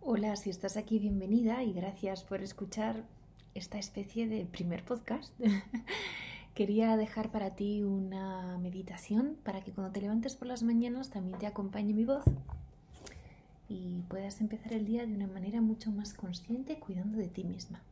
Hola, si estás aquí, bienvenida y gracias por escuchar esta especie de primer podcast. Quería dejar para ti una meditación para que cuando te levantes por las mañanas también te acompañe mi voz y puedas empezar el día de una manera mucho más consciente, cuidando de ti misma.